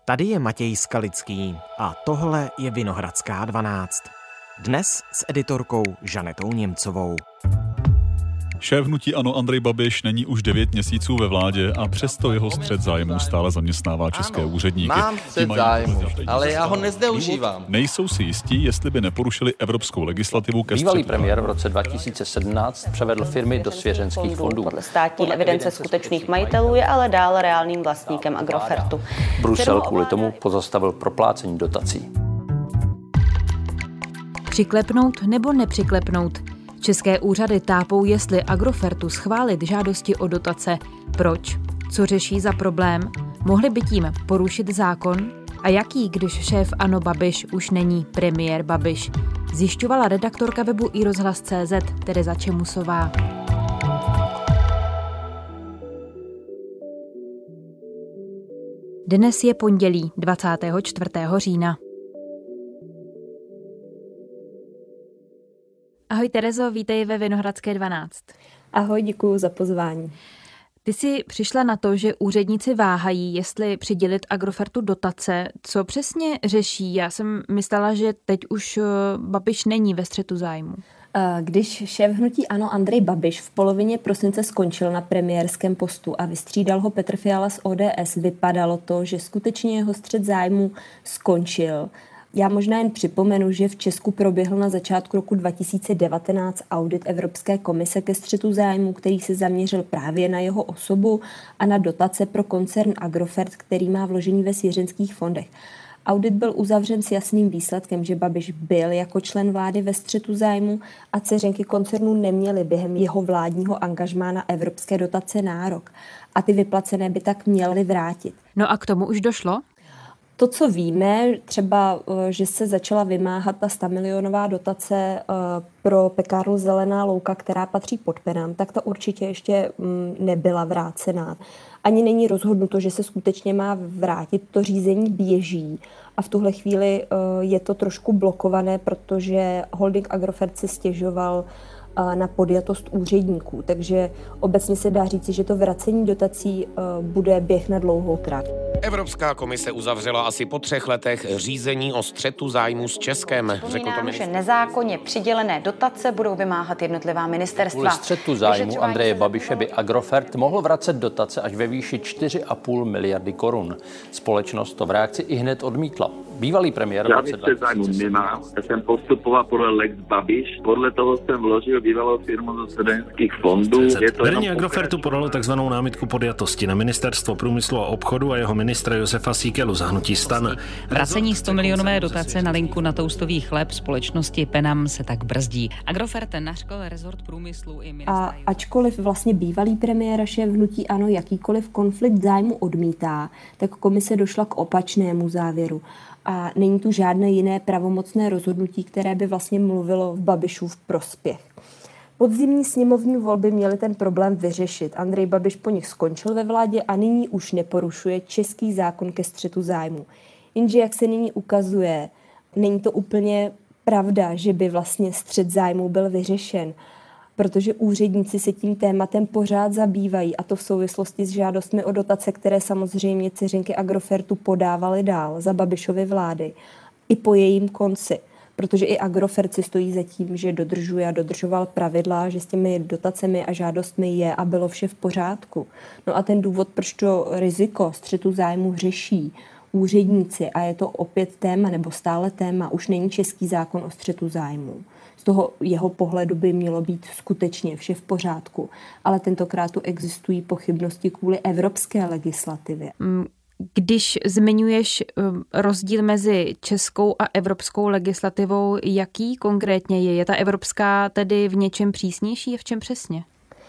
Tady je Matěj Skalický a tohle je Vinohradská 12. Dnes s editorkou Žanetou Němcovou. Šéf hnutí ANO Andrej Babiš není už 9 měsíců ve vládě a přesto jeho střet zájmů stále zaměstnává české úředníky. Mám střet zájmů, ale já ho nezneužívám. Nejsou si jistí, jestli by neporušili evropskou legislativu ke Bývalý premiér v roce 2017 převedl firmy do svěřenských fondů. Podle státní evidence skutečných majitelů je ale dále reálným vlastníkem Agrofertu. Brusel kvůli tomu pozastavil proplácení dotací. Přiklepnout nebo nepřiklepnout? České úřady tápou, jestli Agrofertu schválit žádosti o dotace. Proč? Co řeší za problém? Mohli by tím porušit zákon? A jaký, když šéf ANO Babiš už není premiér Babiš? Zjišťovala redaktorka webu iRozhlas.cz Tereza Čemusová. Dnes je pondělí 24. října. Ahoj Terezo, vítej ve Vinohradské 12. Ahoj, děkuju za pozvání. Ty jsi přišla na to, že úředníci váhají, jestli přidělit Agrofertu dotace. Co přesně řeší? Já jsem myslela, že teď už Babiš není ve střetu zájmu. Když šéf hnutí ANO Andrej Babiš v polovině prosince skončil na premiérském postu a vystřídal ho Petr Fiala z ODS, vypadalo to, že skutečně jeho střet zájmu skončil. Já možná jen připomenu, že v Česku proběhl na začátku roku 2019 audit Evropské komise ke střetu zájmu, který se zaměřil právě na jeho osobu a na dotace pro koncern Agrofert, který má vložení ve svěřenských fondech. Audit byl uzavřen s jasným výsledkem, že Babiš byl jako člen vlády ve střetu zájmu a dceřinky koncernu neměly během jeho vládního angažmá na evropské dotace nárok. A ty vyplacené by tak měly vrátit. No a k tomu už došlo? To, co víme, třeba, že se začala vymáhat ta 100milionová dotace pro pekárnu Zelená louka, která patří pod Penam, tak ta určitě ještě nebyla vrácená. Ani není rozhodnuto, že se skutečně má vrátit. To řízení běží a v tuhle chvíli je to trošku blokované, protože holding Agrofert se stěžoval na podjatost úředníků. Takže obecně se dá říci, že to vracení dotací bude běh na dlouhou trať. Evropská komise uzavřela asi po 3 letech řízení o střetu zájmu s Českem. Připomínám, že nezákonně přidělené dotace budou vymáhat jednotlivá ministerstva. Kvůli střetu zájmu Andreje Babiše by Agrofert mohl vracet dotace až ve výši 4,5 miliardy korun. Společnost to v reakci ihned odmítla. Bývalý premiér v roce 2017 nemám. Já jsem postupoval podle Lex Babiš. Podle toho jsem vložil bývalou firmu do svěřenských fondů. Vedení Agrofertu podalo takzvanou námitku podjatosti na Ministerstvo průmyslu a obchodu a jeho ministra Josefa Síkelu za hnutí STAN. Vracení 100milionové dotace na linku na toustový chléb společnosti Penam se tak brzdí. Agrofert nařkl rezort průmyslu i ministra. A ačkoliv vlastně bývalý premiér a šéf hnutí ANO jakýkoliv konflikt zájmu odmítá, tak komise došla k opačnému závěru. A není tu žádné jiné pravomocné rozhodnutí, které by vlastně mluvilo v Babišův prospěch. Podzimní sněmovní volby měly ten problém vyřešit. Andrej Babiš po nich skončil ve vládě a nyní už neporušuje český zákon ke střetu zájmu. Jenže jak se nyní ukazuje, není to úplně pravda, že by vlastně střet zájmu byl vyřešen, protože úředníci se tím tématem pořád zabývají a to v souvislosti s žádostmi o dotace, které samozřejmě dceřinky Agrofertu podávaly dál za Babišovy vlády i po jejím konci. Protože i Agrofert si stojí za tím, že dodržuje a dodržoval pravidla, že s těmi dotacemi a žádostmi je a bylo vše v pořádku. No a ten důvod, proč to riziko střetu zájmu řeší úředníci a je to opět téma nebo stále téma, už není český zákon o střetu zájmu. Z toho jeho pohledu by mělo být skutečně vše v pořádku, ale tentokrát tu existují pochybnosti kvůli evropské legislativě. Když zmiňuješ rozdíl mezi českou a evropskou legislativou, jaký konkrétně je? Je ta evropská tedy v něčem přísnější a v čem přesně?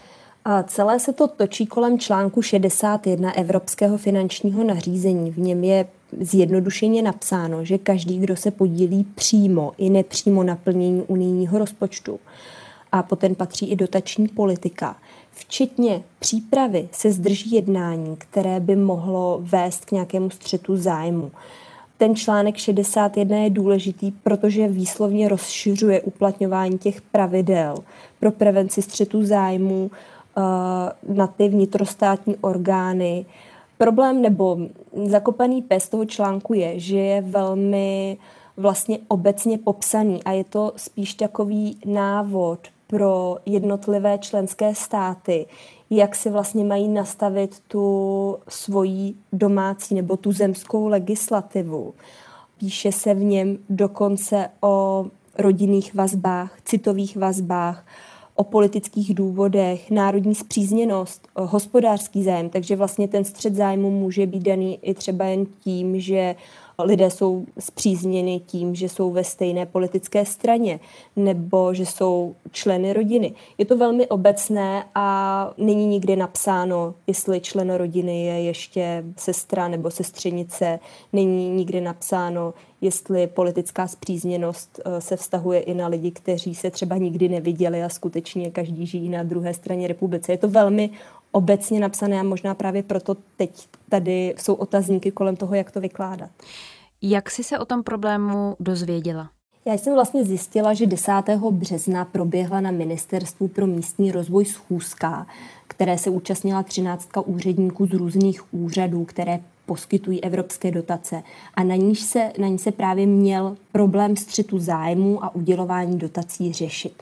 A celé se to točí kolem článku 61 Evropského finančního nařízení. V něm je zjednodušeně napsáno, že každý, kdo se podílí přímo i nepřímo na plnění unijního rozpočtu, a potom patří i dotační politika, včetně přípravy se zdrží jednání, které by mohlo vést k nějakému střetu zájmu. Ten článek 61 je důležitý, protože výslovně rozšiřuje uplatňování těch pravidel pro prevenci střetu zájmu na ty vnitrostátní orgány, Problém nebo zakopaný pes toho článku je, že je velmi vlastně obecně popsaný a je to spíš takový návod pro jednotlivé členské státy, jak si vlastně mají nastavit tu svoji domácí nebo tu zemskou legislativu. Píše se v něm dokonce o rodinných vazbách, citových vazbách, o politických důvodech, národní spřízněnost, hospodářský zájem. Takže vlastně ten střet zájmu může být daný i třeba jen tím, že lidé jsou spřízněni tím, že jsou ve stejné politické straně nebo že jsou členy rodiny. Je to velmi obecné a není nikde napsáno, jestli člen rodiny je ještě sestra nebo sestřenice. Není nikde napsáno, jestli politická spřízněnost se vztahuje i na lidi, kteří se třeba nikdy neviděli a skutečně každý žijí na druhé straně republice. Je to velmi obecně napsané a možná právě proto teď tady jsou otazníky kolem toho, jak to vykládat. Jak jsi se o tom problému dozvěděla? Já jsem vlastně zjistila, že 10. března proběhla na Ministerstvu pro místní rozvoj schůzka, které se účastnila 13 úředníků z různých úřadů, které poskytují evropské dotace. A na ní se právě měl problém střetu zájmů a udělování dotací řešit.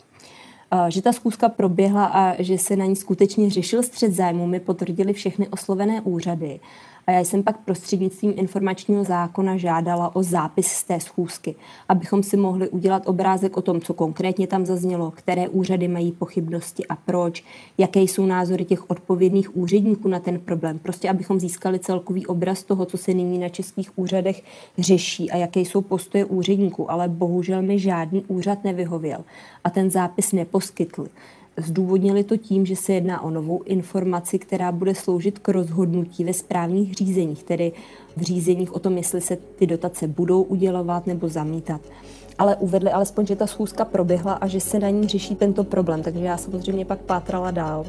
Že ta schůzka proběhla a že se na ní skutečně řešil střet zájmů, mi potvrdili všechny oslovené úřady. A já jsem pak prostřednictvím informačního zákona žádala o zápis z té schůzky, abychom si mohli udělat obrázek o tom, co konkrétně tam zaznělo, které úřady mají pochybnosti a proč, jaké jsou názory těch odpovědných úředníků na ten problém. Prostě abychom získali celkový obraz toho, co se nyní na českých úřadech řeší a jaké jsou postoje úředníků, ale bohužel mi žádný úřad nevyhověl a ten zápis neposkytl. Zdůvodnili to tím, že se jedná o novou informaci, která bude sloužit k rozhodnutí ve správních řízeních, tedy v řízeních o tom, jestli se ty dotace budou udělovat nebo zamítat. Ale uvedli alespoň, že ta schůzka proběhla a že se na ní řeší tento problém, takže já samozřejmě pak pátrala dál.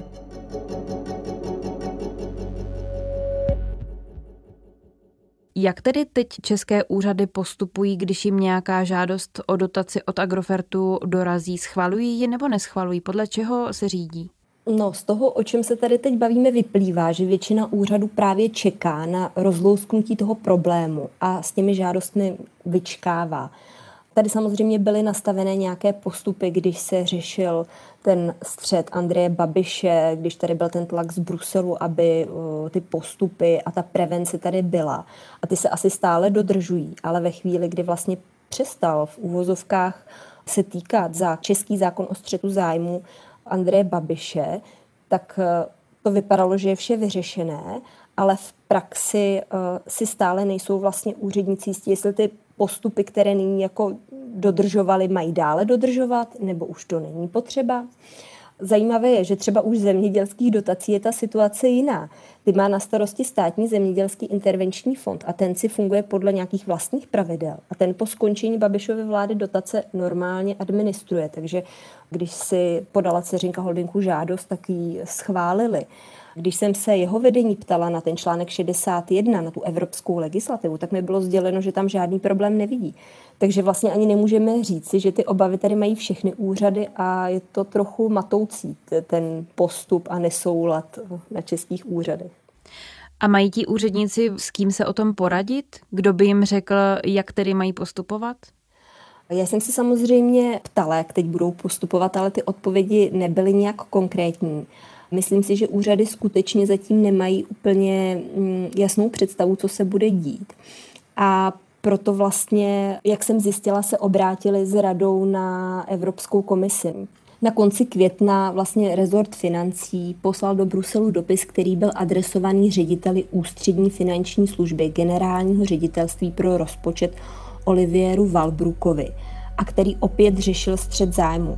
Jak tedy teď české úřady postupují, když jim nějaká žádost o dotaci od Agrofertu dorazí? Schvalují ji nebo neschvalují? Podle čeho se řídí? No, z toho, o čem se tady teď bavíme, vyplývá, že většina úřadů právě čeká na rozlousknutí toho problému a s těmi žádostmi vyčkává. Tady samozřejmě byly nastavené nějaké postupy, když se řešil ten střet Andreje Babiše, když tady byl ten tlak z Bruselu, aby ty postupy a ta prevence tady byla. A ty se asi stále dodržují, ale ve chvíli, kdy vlastně přestal v uvozovkách se týkat za český zákon o střetu zájmu Andreje Babiše, tak to vypadalo, že je vše vyřešené, ale v praxi si stále nejsou vlastně úředníci jistí, jestli ty postupy, které nyní jako dodržovali, mají dále dodržovat, nebo už to není potřeba. Zajímavé je, že třeba už zemědělských dotací je ta situace jiná. Ty má na starosti státní zemědělský intervenční fond a ten si funguje podle nějakých vlastních pravidel. A ten po skončení Babišovy vlády dotace normálně administruje. Takže když si podala dceřinka holdingu žádost, tak ji schválili. Když jsem se jeho vedení ptala na ten článek 61, na tu evropskou legislativu, tak mi bylo sděleno, že tam žádný problém nevidí. Takže vlastně ani nemůžeme říci, že ty obavy tady mají všechny úřady a je to trochu matoucí, ten postup a nesoulad na českých úřadech. A mají ti úředníci s kým se o tom poradit? Kdo by jim řekl, jak tedy mají postupovat? Já jsem se samozřejmě ptala, jak teď budou postupovat, ale ty odpovědi nebyly nějak konkrétní. Myslím si, že úřady skutečně zatím nemají úplně jasnou představu, co se bude dít. A proto vlastně, jak jsem zjistila, se obrátili s radou na Evropskou komisi. Na konci května vlastně rezort financí poslal do Bruselu dopis, který byl adresovaný řediteli ústřední finanční služby generálního ředitelství pro rozpočet Olivieru Walbruckovi a který opět řešil střet zájmu.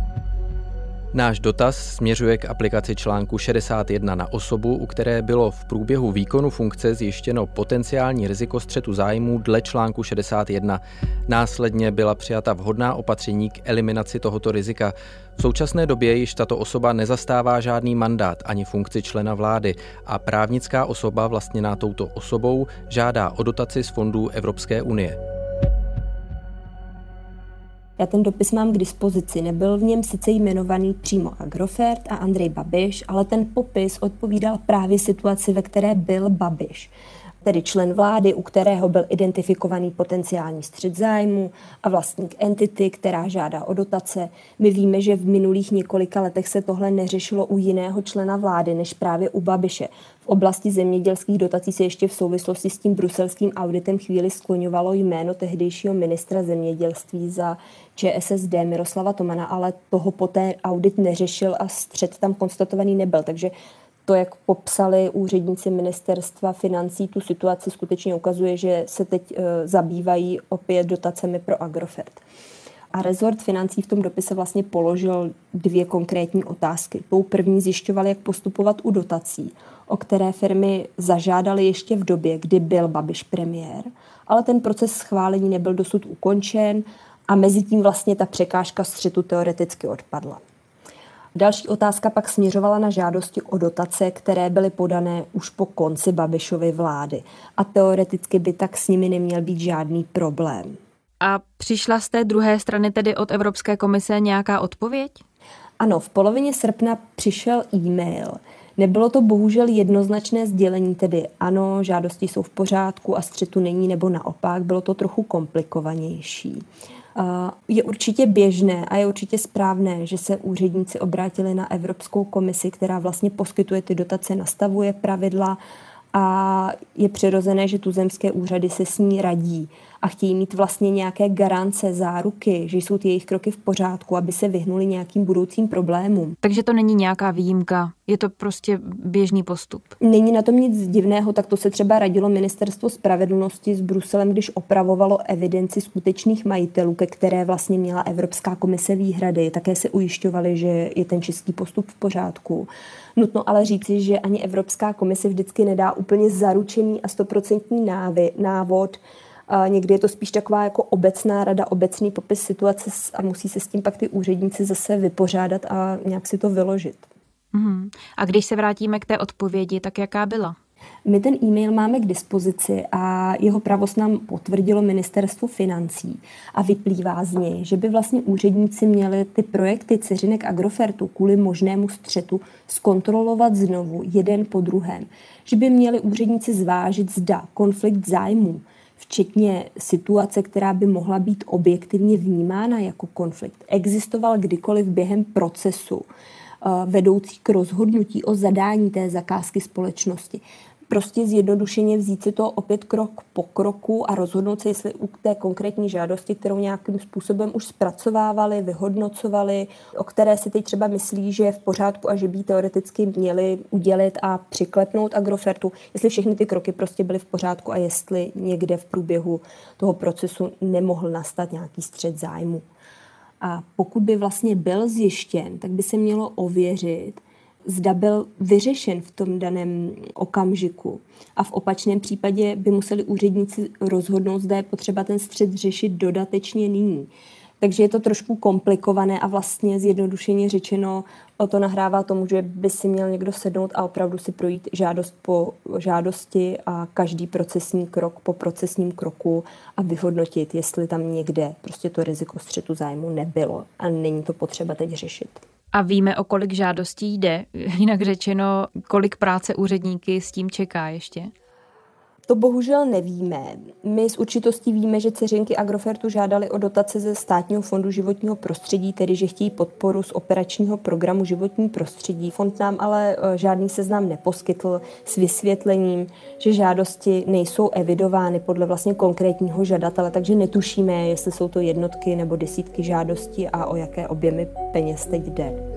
Náš dotaz směřuje k aplikaci článku 61 na osobu, u které bylo v průběhu výkonu funkce zjištěno potenciální riziko střetu zájmů dle článku 61. Následně byla přijata vhodná opatření k eliminaci tohoto rizika. V současné době již tato osoba nezastává žádný mandát ani funkci člena vlády a právnická osoba vlastněná touto osobou žádá o dotaci z fondů Evropské unie. Já ten dopis mám k dispozici. Nebyl v něm sice jmenovaný přímo Agrofert a Andrej Babiš, ale ten popis odpovídal právě situaci, ve které byl Babiš. Tedy člen vlády, u kterého byl identifikovaný potenciální střet zájmu a vlastník entity, která žádá o dotace. My víme, že v minulých několika letech se tohle neřešilo u jiného člena vlády, než právě u Babiše. V oblasti zemědělských dotací se ještě v souvislosti s tím bruselským auditem chvíli skloňovalo jméno tehdejšího ministra zemědělství za ČSSD Miroslava Tomana, ale toho poté audit neřešil a střet tam konstatovaný nebyl. Takže to, jak popsali úředníci ministerstva financí, tu situaci skutečně ukazuje, že se teď zabývají opět dotacemi pro Agrofert. A rezort financí v tom dopise vlastně položil 2 konkrétní otázky. Tou první zjišťovali, jak postupovat u dotací, o které firmy zažádaly ještě v době, kdy byl Babiš premiér, ale ten proces schválení nebyl dosud ukončen a mezi tím vlastně ta překážka střetu teoreticky odpadla. Další otázka pak směřovala na žádosti o dotace, které byly podané už po konci Babišovy vlády. A teoreticky by tak s nimi neměl být žádný problém. A přišla z té druhé strany tedy od Evropské komise nějaká odpověď? Ano, v polovině srpna přišel e-mail. Nebylo to bohužel jednoznačné sdělení, tedy ano, žádosti jsou v pořádku a střetu není, nebo naopak, bylo to trochu komplikovanější. Je určitě běžné a je určitě správné, že se úředníci obrátili na Evropskou komisi, která vlastně poskytuje ty dotace, nastavuje pravidla a je přirozené, že tuzemské úřady se s ní radí a chtějí mít vlastně nějaké garance, záruky, že jsou ty jejich kroky v pořádku, aby se vyhnuli nějakým budoucím problémům. Takže to není nějaká výjimka, je to prostě běžný postup. Není na tom nic divného, tak to se třeba radilo Ministerstvo spravedlnosti s Bruselem, když opravovalo evidenci skutečných majitelů, ke které vlastně měla Evropská komise výhrady. Také se ujišťovali, že je ten český postup v pořádku. Nutno ale říci, že ani Evropská komise vždycky nedá úplně zaručený a 100% návod. Někdy je to spíš taková jako obecná rada, obecný popis situace a musí se s tím pak ty úředníci zase vypořádat a nějak si to vyložit. A když se vrátíme k té odpovědi, tak jaká byla? My ten e-mail máme k dispozici a jeho pravost nám potvrdilo Ministerstvo financí a vyplývá z něj, že by vlastně úředníci měli ty projekty dceřinek Agrofertu kvůli možnému střetu zkontrolovat znovu jeden po druhém. Že by měli úředníci zvážit, zda konflikt zájmů, včetně situace, která by mohla být objektivně vnímána jako konflikt, existoval kdykoliv během procesu vedoucí k rozhodnutí o zadání té zakázky společnosti. Prostě zjednodušeně vzít si to opět krok po kroku a rozhodnout se, jestli u té konkrétní žádosti, kterou nějakým způsobem už zpracovávali, vyhodnocovali, o které si teď třeba myslí, že je v pořádku a že by teoreticky měli udělit a přiklepnout Agrofertu, jestli všechny ty kroky prostě byly v pořádku a jestli někde v průběhu toho procesu nemohl nastat nějaký střet zájmu. A pokud by vlastně byl zjištěn, tak by se mělo ověřit, zda byl vyřešen v tom daném okamžiku. A v opačném případě by museli úředníci rozhodnout, zda je potřeba ten střet řešit dodatečně nyní. Takže je to trošku komplikované a vlastně zjednodušeně řečeno o to nahrává tomu, že by si měl někdo sednout a opravdu si projít žádost po žádosti a každý procesní krok po procesním kroku a vyhodnotit, jestli tam někde prostě to riziko střetu zájmu nebylo a není to potřeba teď řešit. A víme, o kolik žádostí jde? Jinak řečeno, kolik práce úředníky s tím čeká ještě? To bohužel nevíme. My s určitostí víme, že dceřinky Agrofertu žádali o dotace ze Státního fondu životního prostředí, tedy že chtějí podporu z operačního programu životní prostředí. Fond nám ale žádný seznam neposkytl s vysvětlením, že žádosti nejsou evidovány podle vlastně konkrétního žadatele, takže netušíme, jestli jsou to jednotky nebo desítky žádostí a o jaké objemy peněz teď jde.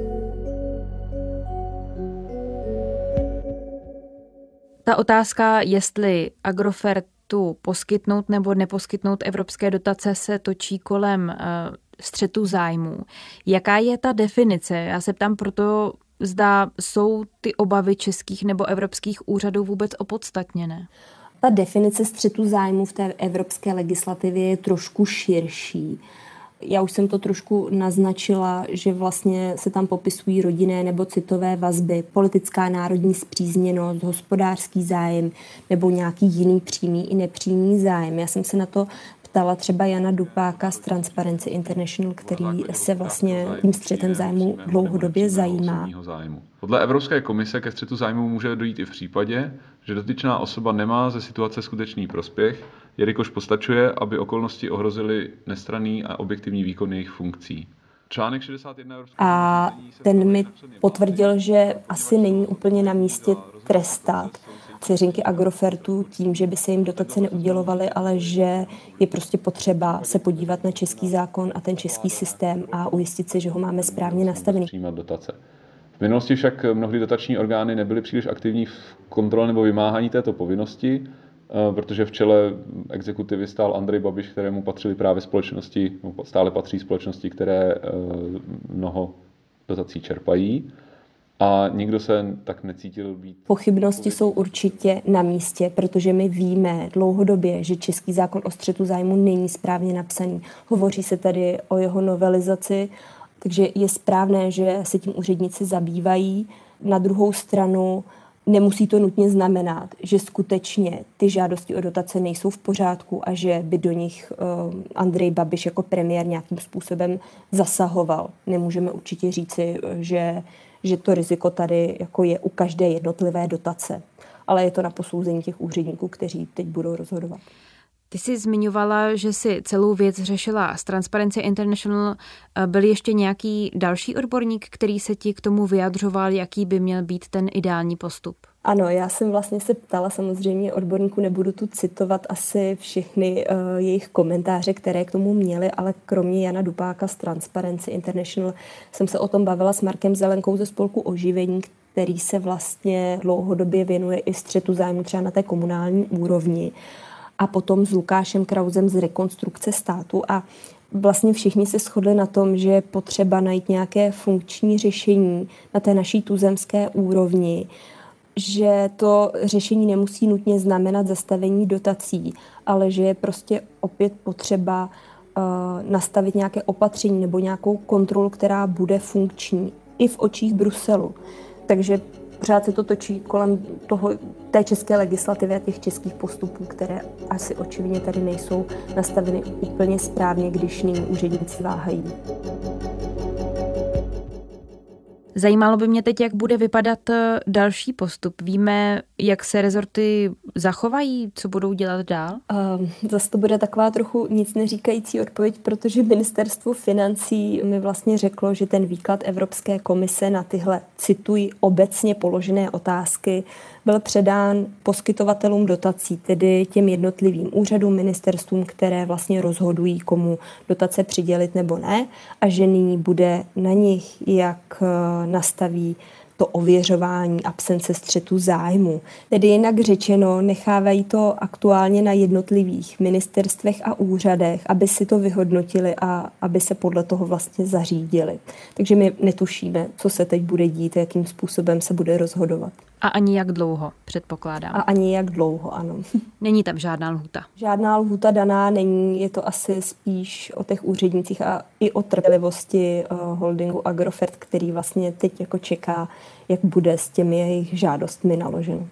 Ta otázka, jestli Agrofertu poskytnout nebo neposkytnout evropské dotace, se točí kolem střetu zájmů. Jaká je ta definice? Já se ptám proto, zda jsou ty obavy českých nebo evropských úřadů vůbec opodstatněné. Ta definice střetu zájmů v té evropské legislativě je trošku širší. Já už jsem to trošku naznačila, že vlastně se tam popisují rodinné nebo citové vazby, politická národní spřízněnost, hospodářský zájem nebo nějaký jiný přímý i nepřímý zájem. Já jsem se na to ptala třeba Jana Dupáka z Transparency International, který se vlastně tím střetem zájmu dlouhodobě zajímá. Podle Evropské komise ke střetu zájmu může dojít i v případě, že dotyčná osoba nemá ze situace skutečný prospěch, jelikož postačuje, aby okolnosti ohrozily nestranný a objektivní výkon jejich funkcí. Článek 61 a ten mi potvrdil, že asi není úplně na místě trestat dceřinky Agrofertu tím, že by se jim dotace neudělovaly, ale že je prostě potřeba se podívat na český zákon a ten český systém a ujistit se, že ho máme správně nastavený. Přijímat dotace. V minulosti však mnohdy dotační orgány nebyly příliš aktivní v kontrole nebo vymáhání této povinnosti, protože v čele exekutivy stál Andrej Babiš, kterému patřily právě společnosti, stále patří společnosti, které mnoho dotací čerpají. A nikdo se tak necítil být. Pochybnosti jsou určitě na místě, protože my víme dlouhodobě, že český zákon o střetu zájmu není správně napsaný. Hovoří se tady o jeho novelizaci, takže je správné, že se tím úředníci zabývají. Na druhou stranu nemusí to nutně znamenat, že skutečně ty žádosti o dotace nejsou v pořádku a že by do nich Andrej Babiš jako premiér nějakým způsobem zasahoval. Nemůžeme určitě říci, že to riziko tady jako je u každé jednotlivé dotace. Ale je to na posouzení těch úředníků, kteří teď budou rozhodovat. Ty jsi zmiňovala, že si celou věc řešila z Transparency International. Byl ještě nějaký další odborník, který se ti k tomu vyjadřoval, jaký by měl být ten ideální postup? Ano, já jsem vlastně se ptala samozřejmě odborníků, nebudu tu citovat asi všechny jejich komentáře, které k tomu měli, ale kromě Jana Dupáka z Transparency International jsem se o tom bavila s Markem Zelenkou ze spolku Oživení, který se vlastně dlouhodobě věnuje i střetu zájmu třeba na té komunální úrovni. A potom s Lukášem Krausem z Rekonstrukce státu a vlastně všichni se shodli na tom, že je potřeba najít nějaké funkční řešení na té naší tuzemské úrovni, že to řešení nemusí nutně znamenat zastavení dotací, ale že je prostě opět potřeba nastavit nějaké opatření nebo nějakou kontrolu, která bude funkční i v očích Bruselu. Takže pořád se to točí kolem té české legislativy a těch českých postupů, které asi očividně tady nejsou nastaveny úplně správně, když nyní úředníci váhají. Zajímalo by mě teď, jak bude vypadat další postup. Víme, jak se rezorty zachovají, co budou dělat dál? Zase to bude taková trochu nic neříkající odpověď, protože ministerstvo financí mi vlastně řeklo, že ten výklad Evropské komise na tyhle, cituji, obecně položené otázky byl předán poskytovatelům dotací, tedy těm jednotlivým úřadům, ministerstvům, které vlastně rozhodují, komu dotace přidělit nebo ne, a že nyní bude na nich, jak nastaví to ověřování absence střetu zájmu. Tedy jinak řečeno, nechávají to aktuálně na jednotlivých ministerstvech a úřadech, aby si to vyhodnotili a aby se podle toho vlastně zařídili. Takže my netušíme, co se teď bude dít, jakým způsobem se bude rozhodovat. A ani jak dlouho, předpokládám. A ani jak dlouho, ano. Není tam žádná lhůta. Žádná lhůta daná není, je to asi spíš o těch úřednicích a i o trpělivosti holdingu Agrofert, který vlastně teď jako čeká, jak bude s těmi jejich žádostmi naloženo.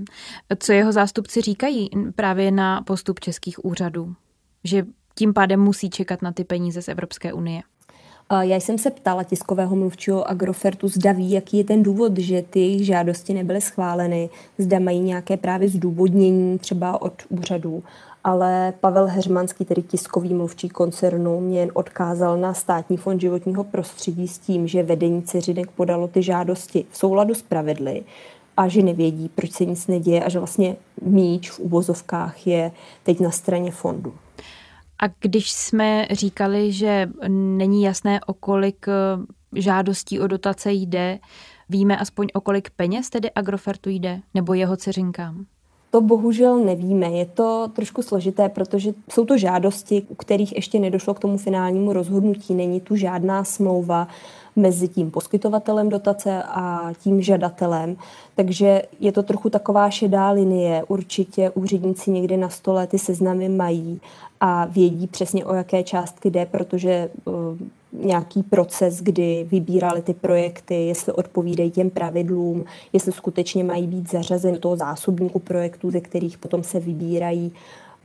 Co jeho zástupci říkají právě na postup českých úřadů? Že tím pádem musí čekat na ty peníze z Evropské unie? Já jsem se ptala tiskového mluvčího Agrofertu, zda ví, jaký je ten důvod, že ty jejich žádosti nebyly schváleny, zda mají nějaké právě zdůvodnění třeba od úřadů. Ale Pavel Heřmanský, tedy tiskový mluvčí koncernu, mě jen odkázal na Státní fond životního prostředí s tím, že vedení dceřinek podalo ty žádosti v souladu s pravidly a že nevědí, proč se nic neděje a že vlastně míč v uvozovkách je teď na straně fondu. A když jsme říkali, že není jasné, o kolik žádostí o dotace jde, víme aspoň o kolik peněz tedy Agrofertu jde, nebo jeho dceřinkám? To bohužel nevíme. Je to trošku složité, protože jsou to žádosti, u kterých ještě nedošlo k tomu finálnímu rozhodnutí. Není tu žádná smlouva mezi tím poskytovatelem dotace a tím žadatelem. Takže je to trochu taková šedá linie. Určitě úředníci někde na stole ty seznamy mají a vědí přesně, o jaké částky jde, protože nějaký proces, kdy vybírali ty projekty, jestli odpovídají těm pravidlům, jestli skutečně mají být zařazen do toho zásobníku projektů, ze kterých potom se vybírají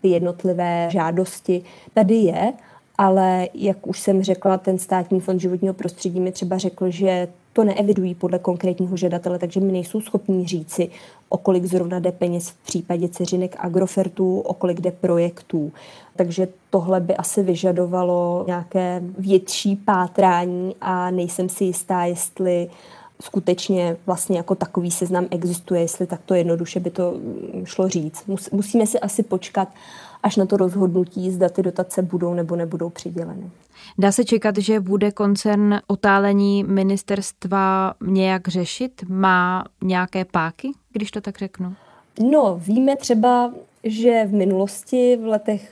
ty jednotlivé žádosti tady je, ale jak už jsem řekla, ten Státní fond životního prostředí mi třeba řekl, že to neevidují podle konkrétního žadatele, takže mi nejsou schopní říci, o kolik zrovna jde peněz v případě dceřinek Agrofertu, o kolik jde projektů. Takže tohle by asi vyžadovalo nějaké větší pátrání a nejsem si jistá, jestli skutečně vlastně jako takový seznam existuje, jestli takto jednoduše by to šlo říct. Musíme si asi počkat až na to rozhodnutí, zda ty dotace budou nebo nebudou přiděleny. Dá se čekat, že bude koncern otálení ministerstva nějak řešit? Má nějaké páky, když to tak řeknu? No, víme třeba, že v minulosti v letech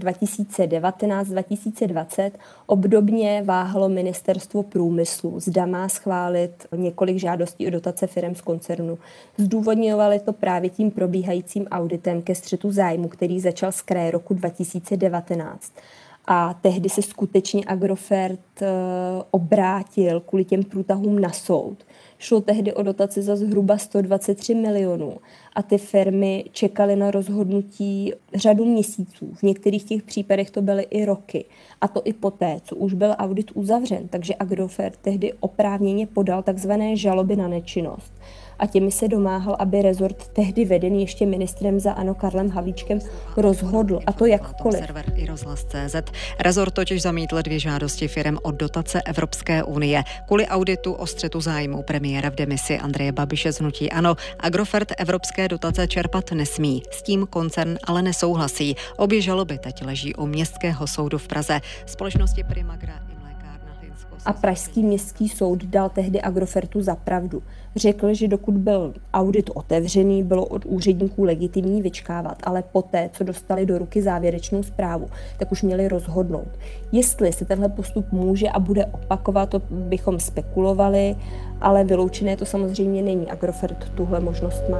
2019-2020 obdobně váhalo ministerstvo průmyslu, zda má schválit několik žádostí o dotace firem z koncernu. Zdůvodňovali to právě tím probíhajícím auditem ke střetu zájmu, který začal z kraje roku 2019. A tehdy se skutečně Agrofert obrátil kvůli těm průtahům na soud. Šlo tehdy o dotaci za zhruba 123 milionů a ty firmy čekaly na rozhodnutí řadu měsíců. V některých těch případech to byly i roky. A to i poté, co už byl audit uzavřen. Takže Agrofert tehdy oprávněně podal takzvané žaloby na nečinnost. A těmi se domáhal, aby rezort tehdy vedený ještě ministrem za ANO Karlem Havlíčkem rozhodl. A to jakkoliv. Server iRozhlas.cz. Rezort totiž zamítl 2 žádosti firem o dotace Evropské unie. Kvůli auditu o střetu zájmu premiéra v demisi Andreje Babiše z hnutí ANO Agrofert evropské dotace čerpat nesmí. S tím koncern ale nesouhlasí. Obě žaloby teď leží u Městského soudu v Praze. Společnosti Primagra a pražský městský soud dal tehdy Agrofertu za pravdu. Řekl, že dokud byl audit otevřený, bylo od úředníků legitimní vyčkávat, ale poté, co dostali do ruky závěrečnou zprávu, tak už měli rozhodnout. Jestli se tenhle postup může a bude opakovat, to bychom spekulovali, ale vyloučené to samozřejmě není. Agrofert tuhle možnost má.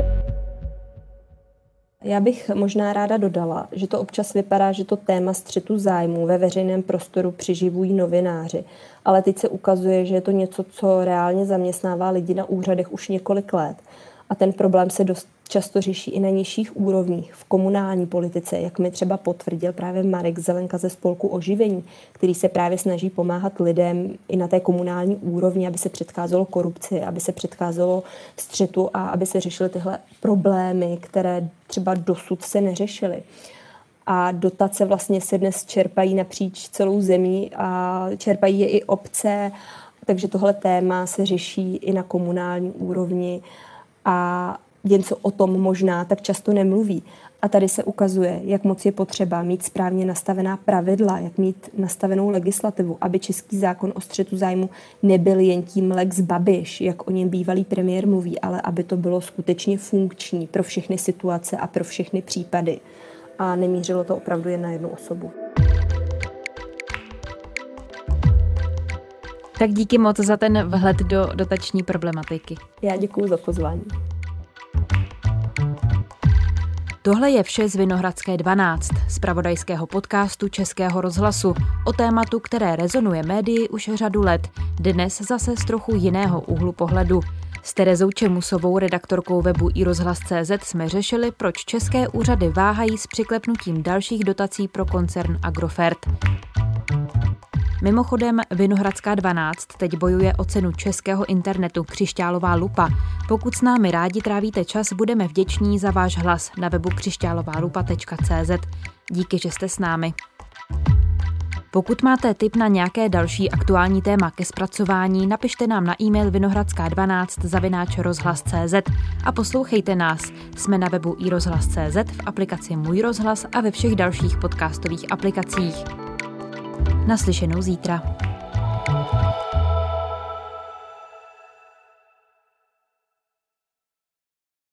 Já bych možná ráda dodala, že to občas vypadá, že to téma střetu zájmů ve veřejném prostoru přiživují novináři, ale teď se ukazuje, že je to něco, co reálně zaměstnává lidi na úřadech už několik let. A ten problém se dost často řeší i na nižších úrovních, v komunální politice, jak mi třeba potvrdil právě Marek Zelenka ze spolku Oživení, který se právě snaží pomáhat lidem i na té komunální úrovni, aby se předcházelo korupci, aby se předcházelo střetu a aby se řešily tyhle problémy, které třeba dosud se neřešily. A dotace vlastně se dnes čerpají napříč celou zemí a čerpají je i obce, takže tohle téma se řeší i na komunální úrovni a jen co o tom možná tak často nemluví. A tady se ukazuje, jak moc je potřeba mít správně nastavená pravidla, jak mít nastavenou legislativu, aby český zákon o střetu zájmu nebyl jen tím lex Babiš, jak o něm bývalý premiér mluví, ale aby to bylo skutečně funkční pro všechny situace a pro všechny případy. A nemířilo to opravdu jen na jednu osobu. Tak díky moc za ten vhled do dotační problematiky. Já děkuju za pozvání. Tohle je vše z Vinohradské 12, zpravodajského podcastu Českého rozhlasu, o tématu, které rezonuje médii už řadu let, dnes zase z trochu jiného úhlu pohledu. S Terezou Čemusovou, redaktorkou webu iRozhlas.cz, jsme řešili, proč české úřady váhají s přiklepnutím dalších dotací pro koncern Agrofert. Mimochodem, Vinohradská 12 teď bojuje o cenu českého internetu Křišťálová lupa. Pokud s námi rádi trávíte čas, budeme vděční za váš hlas na webu křišťálovalupa.cz. Díky, že jste s námi. Pokud máte tip na nějaké další aktuální téma ke zpracování, napište nám na e-mail vinohradská12@rozhlas.cz a poslouchejte nás. Jsme na webu iRozhlas.cz, v aplikaci Můj rozhlas a ve všech dalších podcastových aplikacích. Naslyšenou zítra.